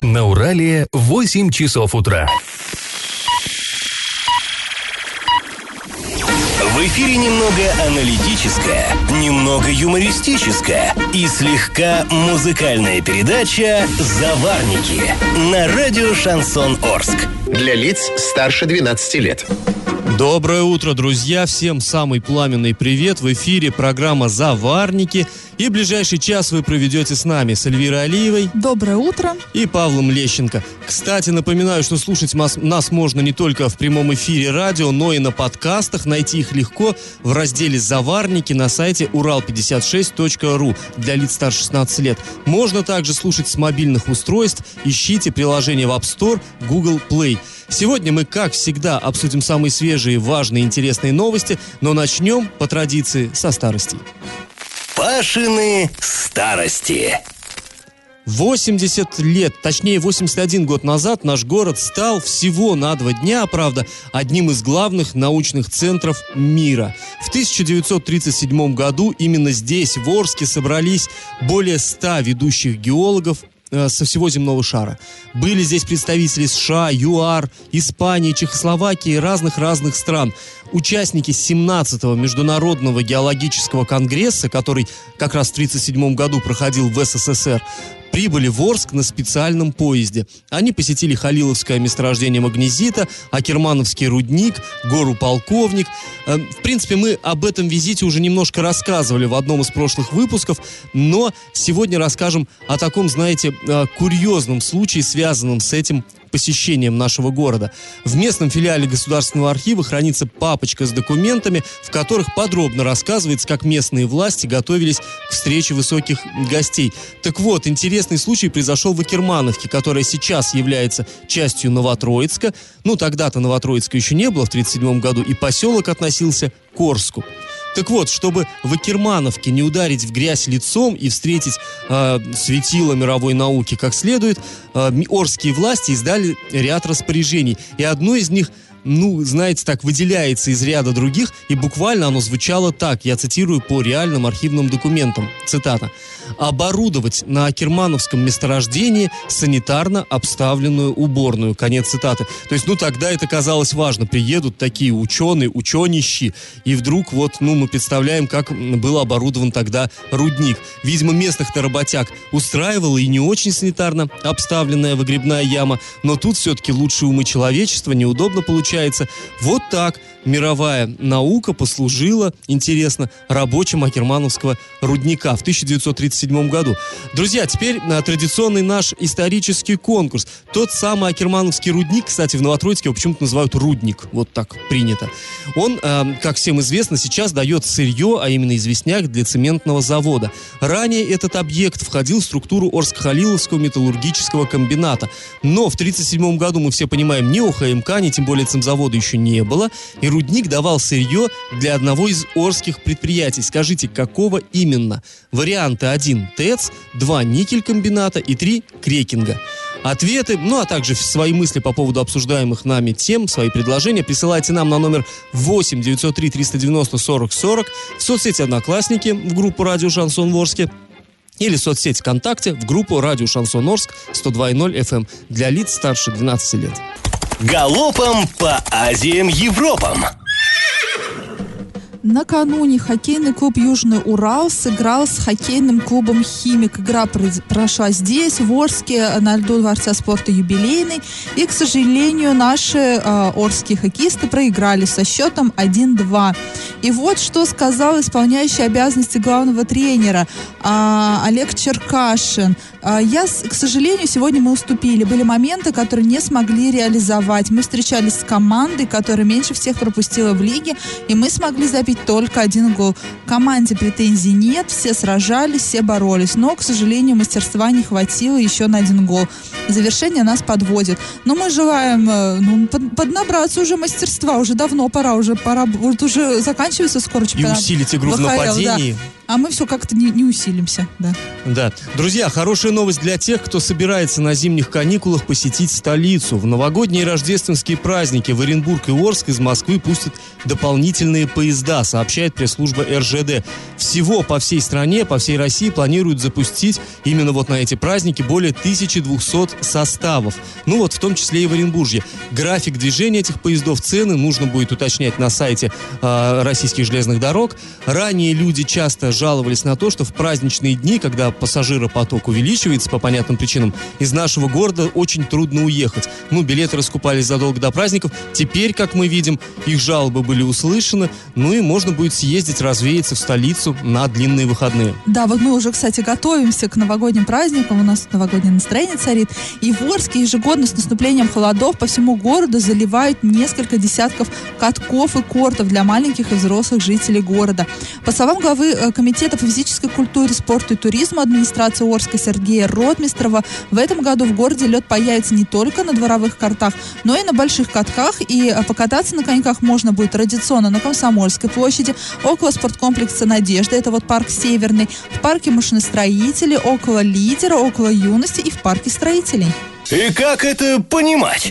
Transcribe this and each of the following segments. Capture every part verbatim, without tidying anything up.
На Урале восемь часов утра. В эфире немного аналитическая, немного юмористическая и слегка музыкальная передача «Заварники» на радио «Шансон Орск». Для лиц старше двенадцати лет. Доброе утро, друзья! Всем самый пламенный привет! В эфире программа «Заварники». И ближайший час вы проведете с нами, с Эльвирой Алиевой. Доброе утро. И Павлом Лещенко. Кстати, напоминаю, что слушать нас можно не только в прямом эфире радио, но и на подкастах. Найти их легко в разделе «Заварники» на сайте урал пятьдесят шесть точка ру для лиц старше шестнадцати лет. Можно также слушать с мобильных устройств. Ищите приложение в App Store, Google Play. Сегодня мы, как всегда, обсудим самые свежие, важные, интересные новости, но начнем, по традиции, со старостей. Пашины старости. восемьдесят лет, точнее восемьдесят один год назад наш город стал всего на два дня, правда, одним из главных научных центров мира. В тысяча девятьсот тридцать седьмом году именно здесь, в Орске, собрались более ста ведущих геологов со всего земного шара. Были здесь представители США, ЮАР, Испании, Чехословакии и разных-разных стран. Участники семнадцатого Международного геологического конгресса, который как раз в тридцать седьмом году проходил в СССР, прибыли в Орск на специальном поезде. Они посетили Халиловское месторождение магнезита, Акермановский рудник, гору Полковник. В принципе, мы об этом визите уже немножко рассказывали в одном из прошлых выпусков, но сегодня расскажем о таком, знаете, курьезном случае, связанном с этим посещением нашего города. В местном филиале Государственного архива хранится папочка с документами, в которых подробно рассказывается, как местные власти готовились к встрече высоких гостей. Так вот, интересный случай произошел в Акермановке, которая сейчас является частью Новотроицка. Ну, тогда-то Новотроицка еще не было в тридцать седьмом году, и поселок относился к Орску. Так вот, чтобы в Акермановке не ударить в грязь лицом и встретить э, светило мировой науки как следует, э, орские власти издали ряд распоряжений. И одно из них, ну, знаете, так, выделяется из ряда других, и буквально оно звучало так, я цитирую по реальным архивным документам, цитата: «Оборудовать на Акермановском месторождении санитарно обставленную уборную». Конец цитаты. То есть, ну, тогда это казалось важно. Приедут такие ученые, ученищи, и вдруг вот, ну, мы представляем, как был оборудован тогда рудник. Видимо, местных-то работяг устраивала и не очень санитарно обставленная выгребная яма, но тут все-таки лучшие умы человечества, неудобно получается. Вот так мировая наука послужила, интересно, рабочим Акермановского рудника в тысяча девятьсот тридцать седьмом году. Друзья, теперь а, традиционный наш исторический конкурс. Тот самый Акермановский рудник, кстати, в Новотроицке его почему-то называют рудник, вот так принято. Он, а, как всем известно, сейчас дает сырье, а именно известняк для цементного завода. Ранее этот объект входил в структуру Орск-Халиловского металлургического комбината. Но в тридцать седьмом году, мы все понимаем, ни ОХМК, ни тем более цемзавода еще не было, и рудник давал сырье для одного из орских предприятий. Скажите, какого именно? Варианты: один ТЭЦ, два никель-комбината и три крекинга. Ответы, ну а также свои мысли по поводу обсуждаемых нами тем, свои предложения присылайте нам на номер восемь девятьсот три триста девяносто сорок сорок, в соцсети «Одноклассники» в группу «Радио Шансон Орске» или в соцсети ВКонтакте в группу «Радио Шансон Орск» сто два и ноль эф эм для лиц старше двенадцати лет. Галопом по Азиям Европам. Накануне хоккейный клуб «Южный Урал» сыграл с хоккейным клубом «Химик». Игра прошла здесь, в Орске, на льду Дворца спорта «Юбилейный». И, к сожалению, наши э, орские хоккеисты проиграли со счетом один-два. И вот что сказал исполняющий обязанности главного тренера э, Олег Черкашин. Э, я, к сожалению, сегодня мы уступили. Были моменты, которые не смогли реализовать. Мы встречались с командой, которая меньше всех пропустила в лиге, и мы смогли забить только один гол. Команде претензий нет, все сражались, все боролись, но, к сожалению, мастерства не хватило еще на один гол. Завершение нас подводит. Но мы желаем ну, под, поднабраться уже мастерства, уже давно пора, уже пора, вот уже заканчивается скоро чемпионат. И усилить игру в нападении. Да. а мы все как-то не, не усилимся. Да. Да. Друзья, хорошая новость для тех, кто собирается на зимних каникулах посетить столицу. В новогодние и рождественские праздники в Оренбург и Орск из Москвы пустят дополнительные поезда, сообщает пресс-служба эр жэ дэ. Всего по всей стране, по всей России планируют запустить именно вот на эти праздники более тысяча двести составов. Ну вот в том числе и в Оренбурге. График движения этих поездов, цены нужно будет уточнять на сайте э, российских железных дорог. Ранее люди часто жаловались на то, что в праздничные дни, когда пассажиропоток увеличивается по понятным причинам, из нашего города очень трудно уехать. Ну, билеты раскупались задолго до праздников. Теперь, как мы видим, их жалобы были услышаны. Ну и можно будет съездить, развеяться в столицу на длинные выходные. Да, вот мы уже, кстати, готовимся к новогодним праздникам. У нас новогоднее настроение царит. И в Орске ежегодно с наступлением холодов по всему городу заливают несколько десятков катков и кортов для маленьких и взрослых жителей города. По словам главы Комитета по физической культуре, спорту и туризму администрации Орска Сергея Ротмистрова, в этом году в городе лед появится не только на дворовых картах, но и на больших катках. И покататься на коньках можно будет традиционно на Комсомольской площади, около спорткомплекса «Надежда», это вот парк Северный, в парке машиностроителей, около Лидера, около Юности и в парке строителей. И как это понимать?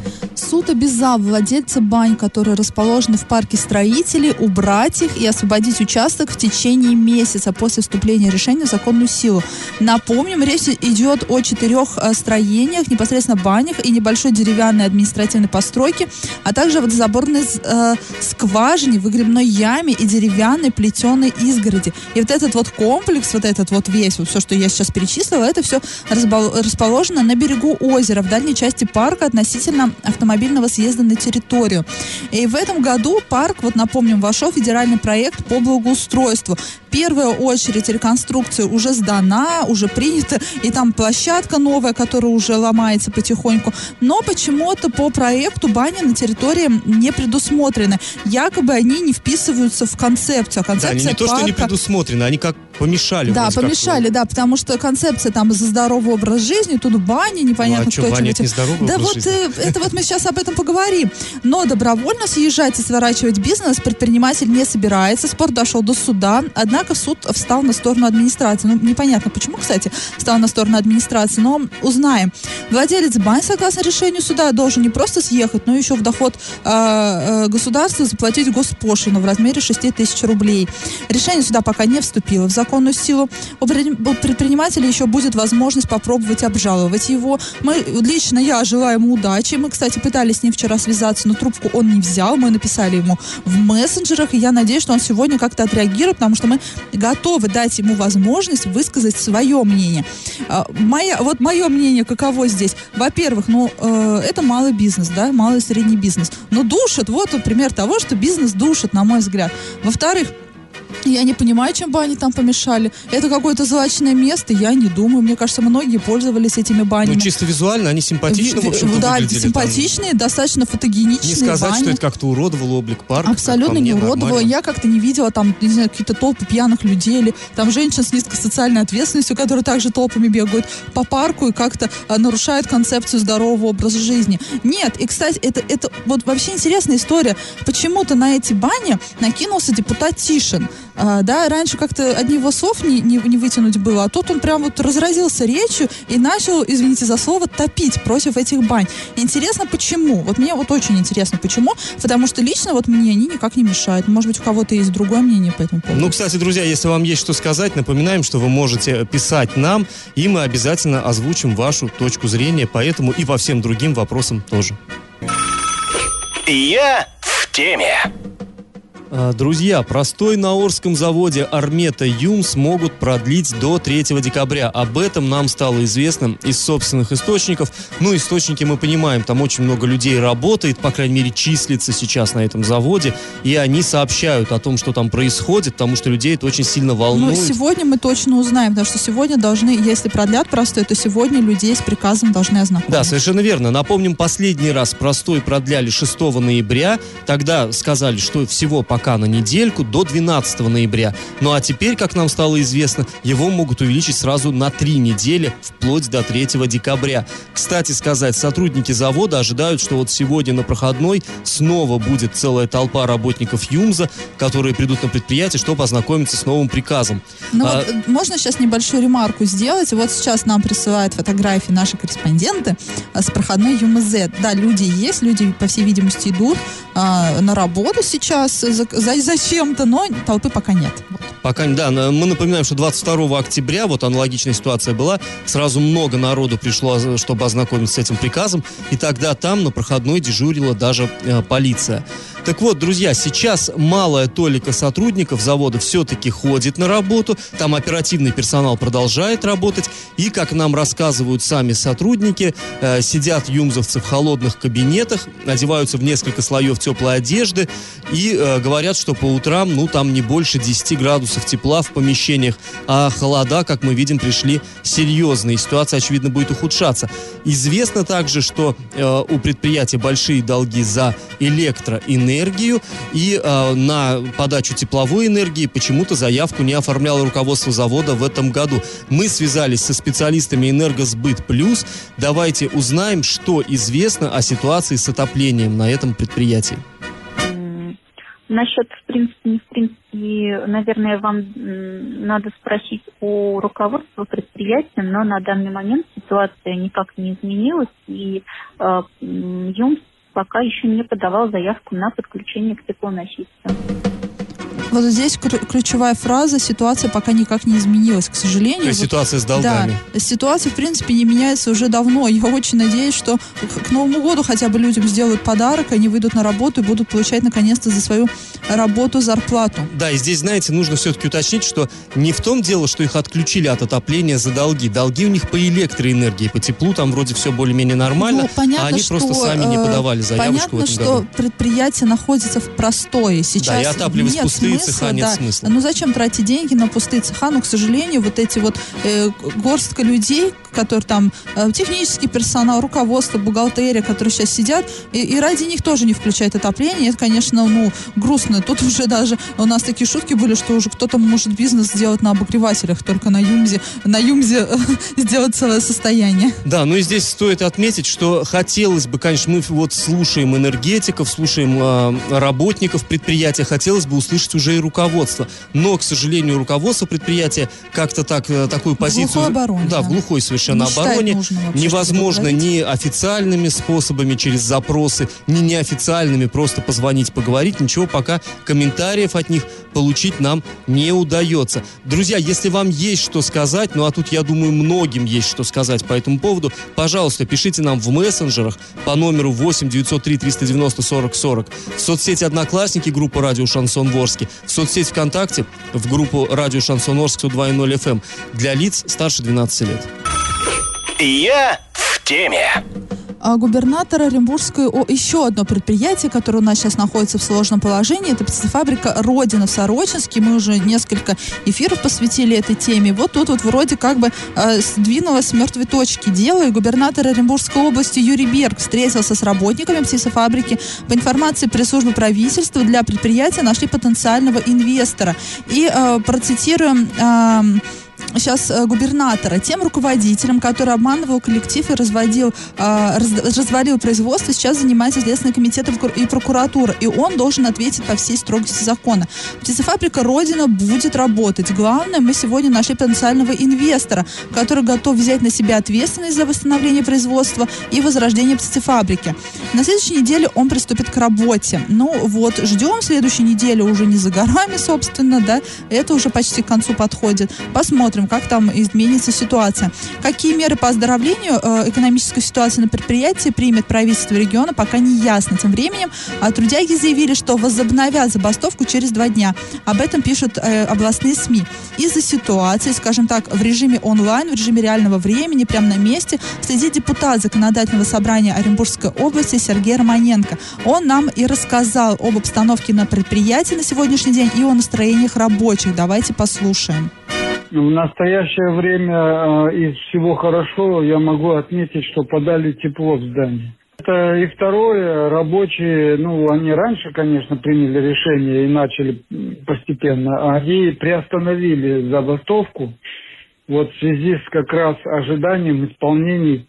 Суд обязал владельца бань, которые расположены в парке строителей, убрать их и освободить участок в течение месяца после вступления решения в законную силу. Напомним, речь идет о четырех строениях, непосредственно банях и небольшой деревянной административной постройке, а также водозаборной э, скважине, выгребной яме и деревянной плетеной изгороди. И вот этот вот комплекс, вот этот вот весь, вот все, что я сейчас перечислила, это все расположено на берегу озера, в дальней части парка относительно автомобильного съезда на территорию. И в этом году парк, вот напомним, вошел в федеральный проект по благоустройству. Первая очередь реконструкции уже сдана, уже принята, и там площадка новая, которая уже ломается потихоньку. Но почему-то по проекту бани на территории не предусмотрены. Якобы они не вписываются в концепцию. А концепция да, они не то, парка... что не предусмотрены, они как помешали. Да, помешали, да, потому что концепция там за здоровый образ жизни, тут бани, непонятно, ну, а кто что, баня это этим... не здоровый Да образ вот жизни? это вот мы сейчас об этом поговорим. Но добровольно съезжать и сворачивать бизнес предприниматель не собирается. Спор дошел до суда, однако суд встал на сторону администрации. Ну, непонятно, почему, кстати, встал на сторону администрации, но узнаем. Владелец бань, согласно решению суда, должен не просто съехать, но еще в доход э, э, государства заплатить госпошлину в размере шесть тысяч рублей. Решение суда пока не вступило в законную силу. У предпринимателя еще будет возможность попробовать обжаловать его. Мы, лично я желаю ему удачи. Мы, кстати, пытались с ним вчера связаться, но трубку он не взял. Мы написали ему в мессенджерах, и я надеюсь, что он сегодня как-то отреагирует, потому что мы готовы дать ему возможность высказать свое мнение. Моя, вот мое мнение каково здесь? Во-первых, ну, э, это малый бизнес, да, малый и средний бизнес. Но душит, вот пример того, что бизнес душит, на мой взгляд. Во-вторых, я не понимаю, чем бы они там помешали. Это какое-то злачное место, я не думаю. Мне кажется, многие пользовались этими банями. Ну, чисто визуально они симпатично, в общем-то, да, выглядели. симпатичные, Там. достаточно фотогеничные Не сказать, бани. что это как-то уродовало облик парка. Абсолютно не уродовало. Я как-то не видела там, не знаю, какие-то толпы пьяных людей или там женщин с низкой социальной ответственностью, которые также толпами бегают по парку и как-то а, нарушают концепцию здорового образа жизни. Нет, и, кстати, это, это вот вообще интересная история. Почему-то на эти бани накинулся депутат Тишин. А, да, раньше как-то одних его слов не, не, не вытянуть было, а тут он прям вот разразился речью и начал, извините за слово, топить против этих бань. Интересно, почему? Вот мне вот очень интересно, почему, потому что лично вот мне они никак не мешают. Может быть, у кого-то есть другое мнение по этому поводу. Ну, кстати, друзья, если вам есть что сказать, напоминаем, что вы можете писать нам, и мы обязательно озвучим вашу точку зрения по этому и по всем другим вопросам тоже. Я в теме. Друзья, простой на Орском заводе Армета Юм смогут продлить до третьего декабря. Об этом нам стало известно из собственных источников. Ну, источники мы понимаем, там очень много людей работает, по крайней мере, числится сейчас на этом заводе, и они сообщают о том, что там происходит, потому что людей это очень сильно волнует. Ну, сегодня мы точно узнаем, потому что сегодня должны, если продлят простой, то сегодня людей с приказом должны ознакомить. Да, совершенно верно. Напомним, последний раз простой продляли шестого ноября. Тогда сказали, что всего пока пока на недельку, до двенадцатого ноября. Ну а теперь, как нам стало известно, его могут увеличить сразу на три недели, вплоть до третьего декабря. Кстати сказать, сотрудники завода ожидают, что вот сегодня на проходной снова будет целая толпа работников ЮМЗа, которые придут на предприятие, чтобы ознакомиться с новым приказом. Ну а... вот, можно сейчас небольшую ремарку сделать? Вот сейчас нам присылают фотографии наши корреспонденты с проходной ЮМЗ. Да, люди есть, люди, по всей видимости, идут а, на работу сейчас за, за, зачем-то, но толпы пока нет. Вот. Пока, да, мы напоминаем, что двадцать второго октября, вот аналогичная ситуация была, сразу много народу пришло, чтобы ознакомиться с этим приказом, и тогда там на проходной дежурила даже э, полиция. Так вот, друзья, сейчас малая толика сотрудников завода все-таки ходит на работу, там оперативный персонал продолжает работать, и, как нам рассказывают сами сотрудники, э, сидят юмзовцы в холодных кабинетах, одеваются в несколько слоев теплой одежды и э, говорят, что по утрам, ну, там не больше десяти градусов тепла в помещениях, а холода, как мы видим, пришли серьезные, ситуация, очевидно, будет ухудшаться. Известно также, что э, у предприятия большие долги за электроэнергию, энергию, и э, на подачу тепловой энергии почему-то заявку не оформляло руководство завода в этом году. Мы связались со специалистами «Энергосбыт Плюс». Давайте узнаем, что известно о ситуации с отоплением на этом предприятии. Насчет, в принципе, не в принципе, наверное, вам надо спросить у руководства предприятия, но на данный момент ситуация никак не изменилась, и э, ЮМС пока еще не подавал заявку на подключение к теплоносителям. Вот здесь ключевая фраза: ситуация пока никак не изменилась, к сожалению. То есть вот, ситуация с долгами. Да, ситуация, в принципе, не меняется уже давно. Я очень надеюсь, что к Новому году хотя бы людям сделают подарок, они выйдут на работу и будут получать наконец-то за свою работу зарплату. Да, и здесь, знаете, нужно все-таки уточнить, что не в том дело, что их отключили от отопления за долги. Долги у них по электроэнергии, по теплу там вроде все более-менее нормально, ну, понятно, а они что, просто сами не подавали заявочку понятно, в этом что году. Предприятие находится в простое. Сейчас да, и отапливать нет пустые смысла, цеха нет да. смысла. Ну зачем тратить деньги на пустые цеха? Ну, к сожалению, вот эти вот э, горстка людей, которые там, э, технический персонал, руководство, бухгалтерия, которые сейчас сидят, и, и ради них тоже не включают отопление. Это, конечно, ну, грустно. Тут уже даже у нас такие шутки были, что уже кто-то может бизнес сделать на обогревателях, только на ЮМЗе, на ЮМЗе сделать целое состояние. Да, ну и здесь стоит отметить, что хотелось бы, конечно, мы вот слушаем энергетиков, слушаем э, работников предприятия, хотелось бы услышать уже и руководство. Но, к сожалению, руководство предприятия как-то так, такую позицию... В глухой обороне. Да, да. в глухой совершенно не обороне. Невозможно ни говорить. официальными способами, через запросы, ни неофициальными, просто позвонить, поговорить. Ничего пока комментариев от них получить нам не удается. Друзья, если вам есть что сказать, ну а тут, я думаю, многим есть что сказать по этому поводу, пожалуйста, пишите нам в мессенджерах по номеру восемь девятьсот три триста девяносто сорок сорок, в соцсети «Одноклассники» группа «Радио Шансон Орске», в соцсеть ВКонтакте в группу «Радио Шансон Орск» сто два и ноль эф эм для лиц старше двенадцати лет. Я в теме. А губернатор Оренбургской, о, еще одно предприятие, которое у нас сейчас находится в сложном положении, это птицефабрика «Родина» в Сорочинске. Мы уже несколько эфиров посвятили этой теме. Вот тут вот вроде как бы э, сдвинулось с мертвой точки дело, и губернатор Оренбургской области Юрий Берг встретился с работниками птицефабрики. По информации пресс-службы правительства, для предприятия нашли потенциального инвестора. И э, процитируем... Э, Сейчас э, губернатора: тем руководителем, который обманывал коллектив и разводил, э, раз, развалил производство, сейчас занимается Следственный комитет и прокуратура, и он должен ответить по всей строгости закона. Птицефабрика «Родина» будет работать. Главное, мы сегодня нашли потенциального инвестора, который готов взять на себя ответственность за восстановление производства и возрождение птицефабрики. На следующей неделе он приступит к работе. Ну вот, ждем следующей недели, уже не за горами, собственно, да, это уже почти к концу подходит. Посмотрим. Посмотрим, как там изменится ситуация. Какие меры по оздоровлению э, экономической ситуации на предприятии примет правительство региона, пока не ясно. Тем временем э, трудяги заявили, что возобновят забастовку через два дня. Об этом пишут э, областные СМИ. Из-за ситуации, скажем так, в режиме онлайн, в режиме реального времени, прямо на месте, следит депутат Законодательного собрания Оренбургской области Сергей Романенко. Он нам и рассказал об обстановке на предприятии на сегодняшний день и о настроениях рабочих. Давайте послушаем. В настоящее время э, из всего хорошо я могу отметить, что подали тепло в здание. Это и второе, рабочие, ну, они раньше, конечно, приняли решение и начали постепенно, они приостановили забастовку. Вот в связи с как раз ожиданием исполнений,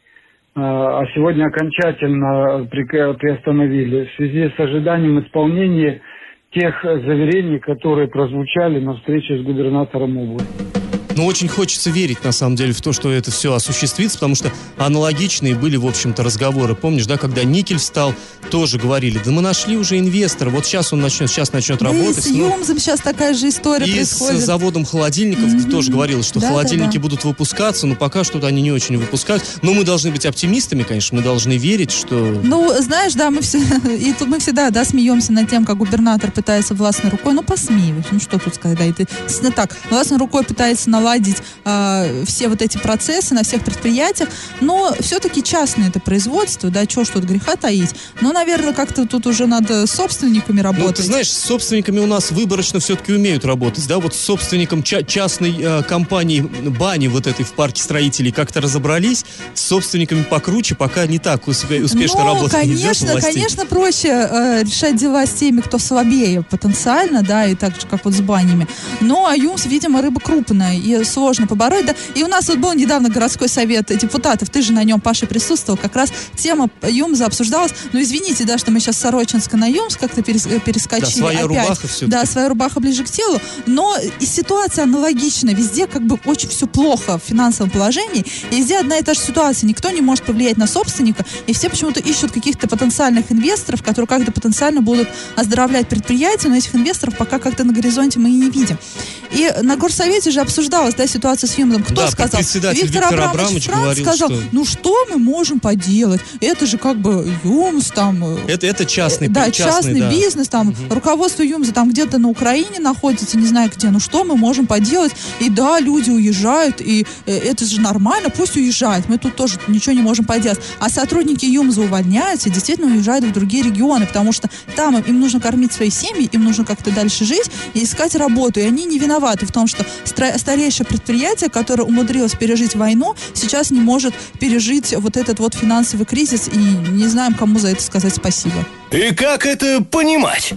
а сегодня окончательно приостановили, в связи с ожиданием исполнения тех заверений, которые прозвучали на встрече с губернатором области. Но очень хочется верить, на самом деле, в то, что это все осуществится, потому что аналогичные были, в общем-то, разговоры. Помнишь, да, когда никель встал, тоже говорили, да мы нашли уже инвестора, вот сейчас он начнет, сейчас начнет да работать. И с Юмзом сейчас такая же история и происходит. И с заводом холодильников mm-hmm. тоже говорилось, что да, холодильники да, да. будут выпускаться, но пока что-то они не очень выпускают. Но мы должны быть оптимистами, конечно, мы должны верить, что... Ну, знаешь, да, мы, все, и тут мы всегда, да, смеемся над тем, как губернатор пытается властной рукой, ну, посмеиваюсь, ну, что тут сказать, да, это действительно так, властной рукой пытается наладить наладить э, все вот эти процессы на всех предприятиях, но все-таки частное это производство, да, чего ж тут греха таить. Ну, наверное, как-то тут уже надо с собственниками работать. Ну, ты знаешь, с собственниками у нас выборочно все-таки умеют работать, да, вот с собственником ча- частной э, компании бани вот этой в парке строителей как-то разобрались, с собственниками покруче пока не так усп- успешно ну, работать. конечно, конечно, проще э, решать дела с теми, кто слабее потенциально, да, и так же, как вот с банями. Но АЮМС, видимо, рыба крупная, и сложно побороть, да. И у нас вот был недавно городской совет депутатов, ты же на нем, Паша, присутствовал, как раз тема ЮМЗа обсуждалась. Ну, извините, да, что мы сейчас с Сорочинска на ЮМС как-то перес, перескочили. Да, своя опять. рубаха все-таки. Да, своя рубаха ближе к телу, но и ситуация аналогична. Везде как бы очень все плохо в финансовом положении, и везде одна и та же ситуация. Никто не может повлиять на собственника, и все почему-то ищут каких-то потенциальных инвесторов, которые как-то потенциально будут оздоровлять предприятия, но этих инвесторов пока как-то на горизонте мы и не видим. И на горсовете же обсуждалась, да, ситуация с ЮМЗом. Кто да, сказал? Виктор, Виктор Абрамович, Абрамович Франц говорил, сказал, что... ну что мы можем поделать? Это же как бы ЮМЗ там... Это, это частный, да, частный, частный да. бизнес, там, угу. Руководство ЮМЗа там где-то на Украине находится, не знаю где. Ну что мы можем поделать? И да, люди уезжают, и э, это же нормально, пусть уезжают. Мы тут тоже ничего не можем поделать. А сотрудники ЮМЗа увольняются и действительно уезжают в другие регионы, потому что там им, им нужно кормить свои семьи, им нужно как-то дальше жить и искать работу. И они не виноваты в том, что старейшее предприятие, которое умудрилось пережить войну, сейчас не может пережить вот этот вот финансовый кризис, и не знаем, кому за это сказать спасибо. И как это понимать?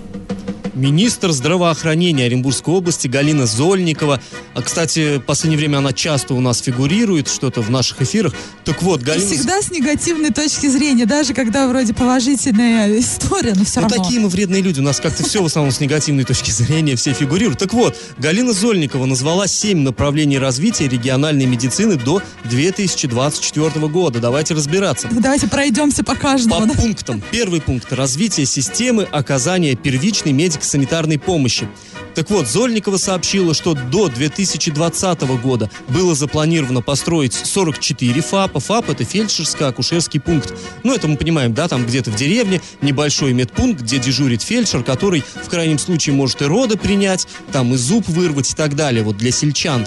Министр здравоохранения Оренбургской области Галина Зольникова. А, кстати, в последнее время она часто у нас фигурирует, что-то в наших эфирах. Так вот, Галина... И всегда с негативной точки зрения, даже когда вроде положительная история, но все ну, равно. такие мы вредные люди, у нас как-то все в основном с негативной точки зрения, все фигурируют. Так вот, Галина Зольникова назвала семь направлений развития региональной медицины до две тысячи двадцать четвёртого года. Давайте разбираться. Давайте пройдемся по каждому. По да? пунктам. Первый пункт – развитие системы оказания первичной медико-санитарной помощи. Так вот, Зольникова сообщила, что до две тысячи двадцатого года было запланировано построить сорок четыре ФАПа. ФАП – это фельдшерско-акушерский пункт. Ну, это мы понимаем, да, там где-то в деревне небольшой медпункт, где дежурит фельдшер, который в крайнем случае может и роды принять, там и зуб вырвать и так далее. Вот для сельчан,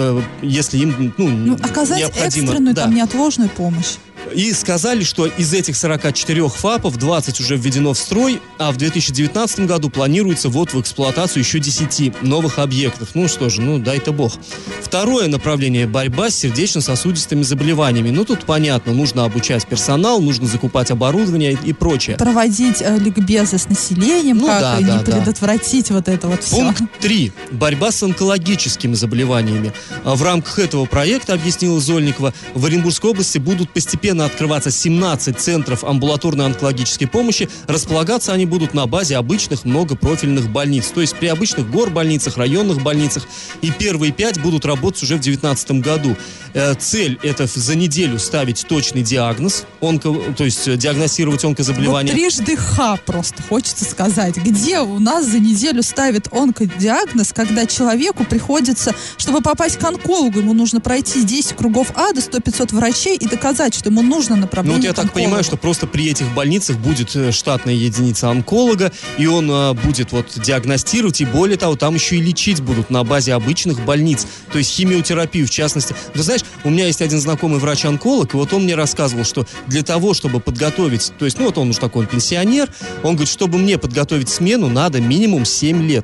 если им ну, ну, оказать необходимо... экстренную, да. там, неотложную помощь. И сказали, что из этих сорока четырёх ФАПов двадцать уже введено в строй, а в две тысячи девятнадцатом году планируется ввод в эксплуатацию еще десяти новых объектов. Ну что же, ну дай-то бог. Второе направление – борьба с сердечно-сосудистыми заболеваниями. Ну тут понятно, нужно обучать персонал, нужно закупать оборудование и, и прочее. Проводить э, ликбезы с населением, ну, как да, не да, предотвратить да. вот это вот все. Пункт три. Борьба с онкологическими заболеваниями. В рамках этого проекта, объяснила Зольникова, в Оренбургской области будут постепенно открываться семнадцать центров амбулаторной онкологической помощи. Располагаться они будут на базе обычных многопрофильных больниц. То есть при обычных горбольницах, районных больницах. И первые пять будут работать уже в две тысячи девятнадцатом году. Э, цель – это за неделю ставить точный диагноз, онко, то есть диагностировать онкозаболевание. Вот трижды ха просто хочется сказать. Где у нас за неделю ставят онкодиагноз, когда человеку приходится, чтобы попасть к онкологу, ему нужно пройти десять кругов ада, сто-пятьсот врачей и доказать, что ему нужно направление. Ну вот я так понимаю, что просто при этих больницах будет штатная единица онколога, и он а, будет вот диагностировать, и более того, там еще и лечить будут на базе обычных больниц, то есть химиотерапию в частности. Ты знаешь, у меня есть один знакомый врач-онколог, и вот он мне рассказывал, что для того, чтобы подготовить, то есть, ну вот он уж такой он пенсионер, он говорит, чтобы мне подготовить смену, надо минимум семь лет.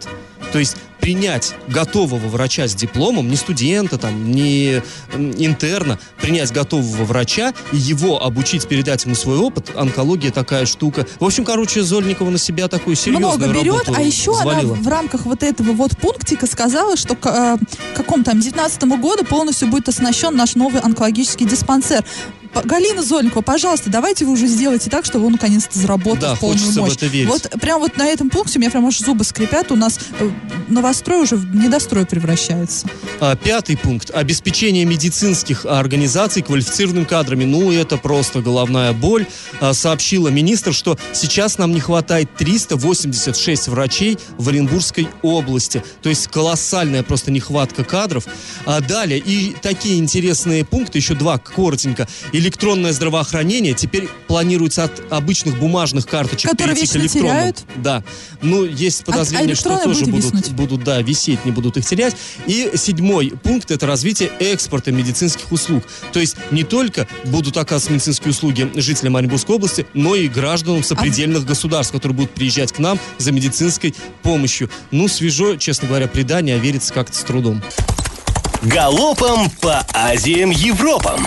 То есть принять готового врача с дипломом, не студента, там, не интерна, принять готового врача и его обучить, передать ему свой опыт. Онкология такая штука. В общем, короче, Зольникова на себя такую серьезную много берет, работу а еще взвалила. Она в рамках вот этого вот пунктика сказала, что к э, какому там девятнадцатому году полностью будет оснащен наш новый онкологический диспансер. Галина Зольникова, пожалуйста, давайте вы уже сделайте так, чтобы он наконец-то заработал да, в полную хочется мощь. в это верить. Вот прям вот на этом пункте у меня прям аж зубы скрипят, у нас э, новострой уже в недострой превращается. А, пятый пункт. Обеспечение медицинских организаций квалифицированными кадрами. Ну, это просто головная боль. А, сообщила министр, что сейчас нам не хватает триста восемьдесят шесть врачей в Оренбургской области. То есть колоссальная просто нехватка кадров. А, далее, и такие интересные пункты, еще два, коротенько. Электронное здравоохранение теперь планируется от обычных бумажных карточек которые перейти к вечно электронным. теряют? Да. Ну, есть подозрение, а что тоже будут, будут, да, висеть, не будут их терять. И седьмой пункт – это развитие экспорта медицинских услуг. То есть не только будут оказывать медицинские услуги жителям Оренбургской области, но и гражданам сопредельных а... государств, которые будут приезжать к нам за медицинской помощью. Ну, свежо, честно говоря, предание, а верится как-то с трудом. Галопом по Азиям, Европам.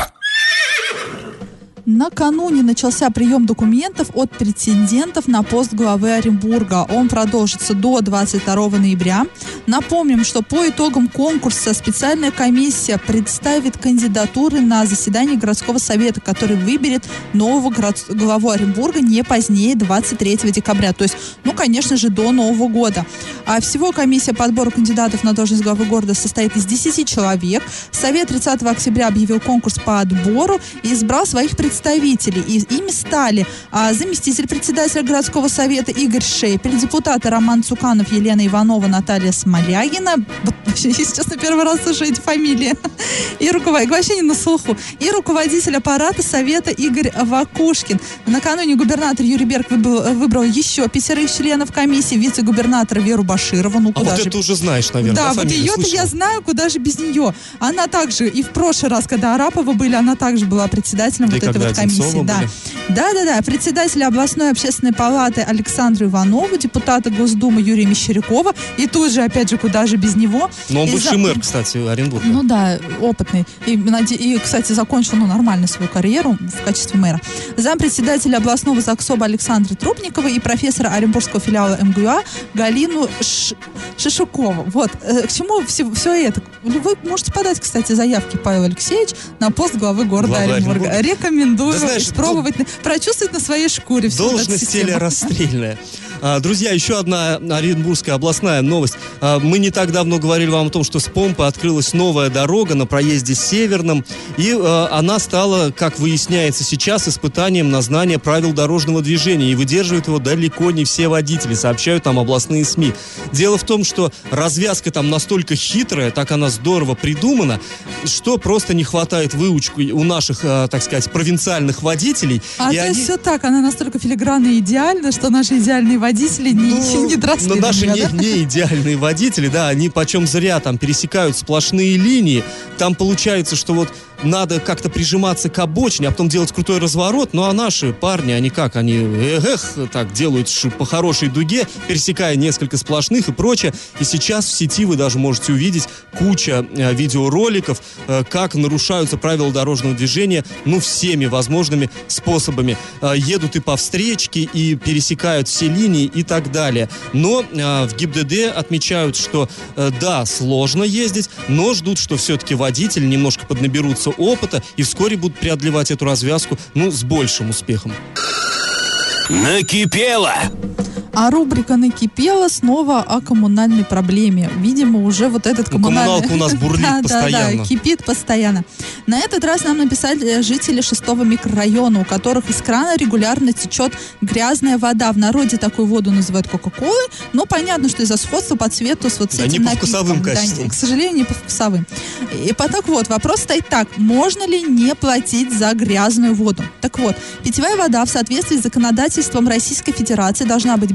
Накануне начался прием документов от претендентов на пост главы Оренбурга. Он продолжится до двадцать второго ноября. Напомним, что по итогам конкурса специальная комиссия представит кандидатуры на заседание городского совета, который выберет нового город... главу Оренбурга не позднее двадцать третьего декабря. То есть, ну, конечно же, до Нового года. А всего комиссия по отбору кандидатов на должность главы города состоит из десяти человек. Совет тридцатого октября объявил конкурс по отбору и избрал своих представителей. представителей. И ими стали а, заместитель председателя городского совета Игорь Шепель, депутаты Роман Цуканов, Елена Иванова, Наталья Смолягина. Вот, если честно, первый раз слышу эти фамилии. И руководитель, вообще не на слуху. И руководитель аппарата совета Игорь Вакушкин. Накануне губернатор Юрий Берг выбрал, выбрал еще пятерых членов комиссии, вице-губернатора Веру Баширову. Ну, а вот же... это уже знаешь, наверное. Да, да вот ее-то слышала? Я знаю, куда же без нее. Она также, и в прошлый раз, когда Арапова были, она также была председателем да вот этой вот комиссии. Да. да, да, да. Председателя областной общественной палаты Александру Иванову, депутата Госдумы Юрия Мещерякова. И тут же, опять же, куда же без него. Но он и бывший за... мэр, кстати, Оренбурга. Ну да, опытный. И, и, кстати, закончил ну, нормально свою карьеру в качестве мэра. Зампредседателя областного ЗАГСОБа Александра Трубникова и профессора Оренбургского филиала эм гэ у а Галину Ш... Шишукову. Вот. К чему все, все это? Вы можете подать, кстати, заявки, Павел Алексеевич, на пост главы города Глава Оренбурга. Оренбурга. Рекомендую да, знаешь, испробовать, дол... прочувствовать на своей шкуре всю должность теле расстрельная. А, друзья, еще одна оренбургская областная новость. А, мы не так давно говорили вам о том, что с Помпы открылась новая дорога на проезде Северном, и а, она стала, как выясняется сейчас, испытанием на знание правил дорожного движения, и выдерживают его далеко не все водители, сообщают там областные СМИ. Дело в том, что развязка там настолько хитрая, так она здорово придумана, что просто не хватает выучки у наших, а, так сказать, провинциальных водителей. А и то они... есть все так, она настолько филигранная и идеальна, что наши идеальные водители Водители не, ну, не дросли. Но наши меня, не, да? не идеальные водители, да, они почем зря там пересекают сплошные линии. Там получается, что вот надо как-то прижиматься к обочине, а потом делать крутой разворот. Ну а наши парни, они как? Они эх, так делают по хорошей дуге, пересекая несколько сплошных и прочее. И сейчас в сети вы даже можете увидеть куча э, видеороликов, э, как нарушаются правила дорожного движения, ну, всеми возможными способами. Э, едут и по встречке, и пересекают все линии и так далее. Но э, в ГИБДД отмечают, что э, да, сложно ездить, но ждут, что все-таки водители немножко поднаберутся опыта и вскоре будут преодолевать эту развязку, ну, с большим успехом. Накипело! А рубрика «Накипело» снова о коммунальной проблеме. Видимо, уже вот этот коммунальный... Ну, коммуналка у нас бурлит да, постоянно. Да, да, кипит постоянно. На этот раз нам написали жители шестого микрорайона, у которых из крана регулярно течет грязная вода. В народе такую воду называют кока-колой, но понятно, что из-за сходства по цвету с вот с да, этим не по напитком. вкусовым качествам. Да, к сожалению, не по вкусовым. И по так вот, вопрос стоит так. Можно ли не платить за грязную воду? Так вот, питьевая вода в соответствии с законодательством Российской Федерации должна быть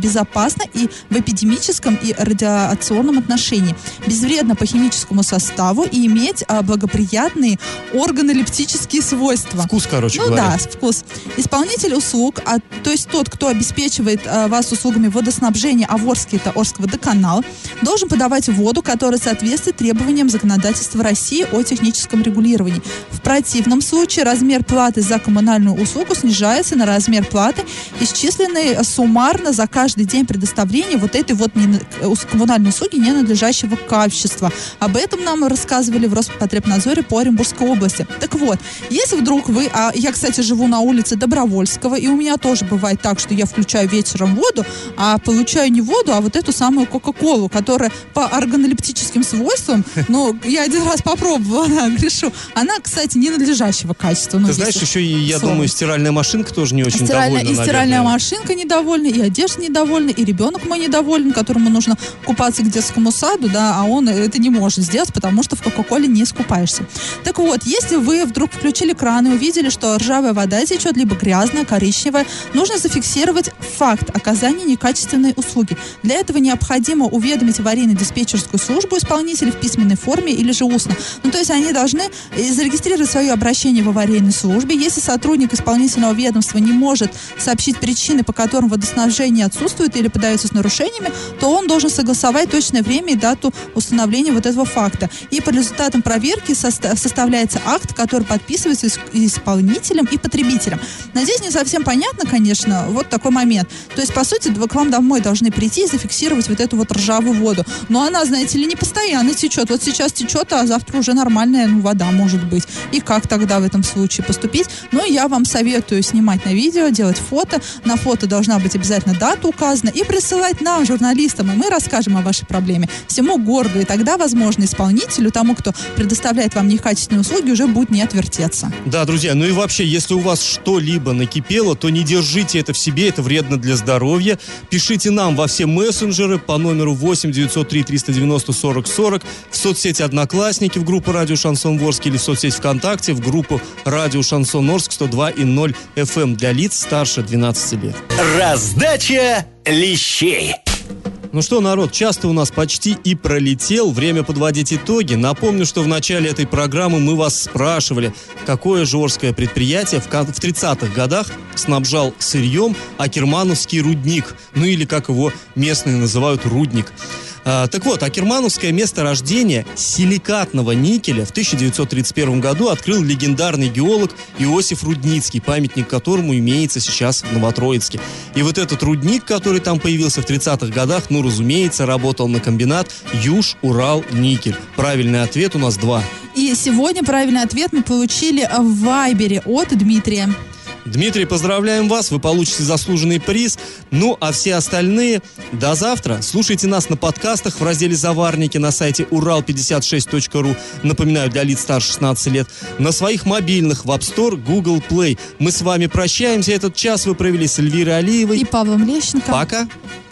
безопасно и в эпидемическом и радиационном отношении, безвредно по химическому составу и иметь а, благоприятные органолептические свойства. Вкус, короче ну, говоря. Ну да, вкус. Исполнитель услуг, а, то есть тот, кто обеспечивает а, вас услугами водоснабжения, а в Орске это Орскводоканал, должен подавать воду, которая соответствует требованиям законодательства России о техническом регулировании. В противном случае размер платы за коммунальную услугу снижается на размер платы, исчисленный суммарно за каждый день предоставления вот этой вот не, коммунальной услуги ненадлежащего качества. Об этом нам рассказывали в Роспотребнадзоре по Оренбургской области. Так вот, если вдруг вы, а я, кстати, живу на улице Добровольского, и у меня тоже бывает так, что я включаю вечером воду, а получаю не воду, а вот эту самую Кока-Колу, которая по органолептическим свойствам, ну, я один раз попробовала, да, грешу. Она, кстати, ненадлежащего качества. Ну, ты знаешь, еще, и, я слово. думаю, стиральная машинка тоже не очень Стиральная, довольна, и стиральная наверное. машинка недовольна, и одежда недовольна, и ребенок мой недоволен, которому нужно купаться к детскому саду, да, а он это не может сделать, потому что в Кока-Коле не искупаешься. Так вот, если вы вдруг включили кран и увидели, что ржавая вода течет, либо грязная, коричневая, нужно зафиксировать факт оказания некачественной услуги. Для этого необходимо уведомить аварийно-диспетчерскую службу исполнителей в письменной форме или же устно. Ну, то есть они должны зарегистрировать свое обращение в аварийной службе. Если сотрудник исполнительного ведомства не может сообщить причины, по которым водоснабжение отсутствует или подается с нарушениями, то он должен согласовать точное время и дату установления вот этого факта. И по результатам проверки соста- составляется акт, который подписывается исполнителем и потребителем. Надеюсь, не совсем понятно, конечно, вот такой момент. То есть, по сути, к вам домой должны прийти и зафиксировать вот эту вот ржавую воду. Но она, знаете ли, не постоянно течет. Вот сейчас течет, а завтра уже нормальная, ну, вода может быть. И как тогда в этом случае поступить? Ну, я вам советую снимать на видео, делать фото. На фото должна быть обязательно дата указана. И присылать нам, журналистам, и мы расскажем о вашей проблеме всему городу. И тогда, возможно, исполнителю, тому, кто предоставляет вам некачественные услуги, уже будет не отвертеться. Да, друзья, ну и вообще, если у вас что-либо накипело, то не держите это в себе, это вредно для здоровья. Пишите нам во все мессенджеры по номеру восемь девятьсот три триста девяносто сорок сорок, в соцсети «Одноклассники» в группу «Радио Шансон Орск» или в соцсеть ВКонтакте в группу «Радио Шансон Орск» сто два и ноль эф эм для лиц старше двенадцати лет. Раздача лещей. Ну что, народ, часто у нас почти и пролетел. Время подводить итоги. Напомню, что в начале этой программы мы вас спрашивали, какое же орское предприятие в тридцатых годах снабжал сырьем Акермановский рудник. Ну или, как его местные называют, рудник. А, так вот, Акермановское месторождение силикатного никеля в тысяча девятьсот тридцать первом году открыл легендарный геолог Иосиф Рудницкий, памятник которому имеется сейчас в Новотроицке. И вот этот рудник, который там появился в тридцатых годах, ну, разумеется, работал на комбинат Юж-Урал-Никель. Правильный ответ у нас два. И сегодня правильный ответ мы получили в Вайбере от Дмитрия. Дмитрий, поздравляем вас, вы получите заслуженный приз. Ну, а все остальные до завтра. Слушайте нас на подкастах в разделе «Заварники» на сайте урал пятьдесят шесть точка ру. Напоминаю, для лиц старше шестнадцати лет. На своих мобильных в App Store, Google Play. Мы с вами прощаемся. Этот час вы провели с Эльвирой Алиевой И Павлом Лещенко. Пока.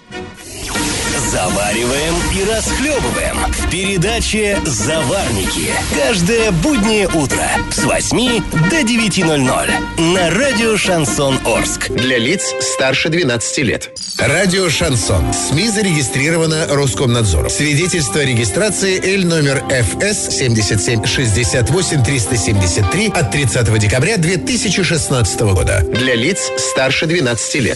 Завариваем и расхлебываем в передаче «Заварники». Каждое буднее утро с восьми до девяти ноль-ноль на радио «Шансон Орск». Для лиц старше двенадцати лет. Радио «Шансон». СМИ зарегистрировано Роскомнадзором. Свидетельство о регистрации Л номер эф эс семь семь шесть восемь три семь три от тридцатого декабря две тысячи шестнадцатого года. Для лиц старше двенадцати лет.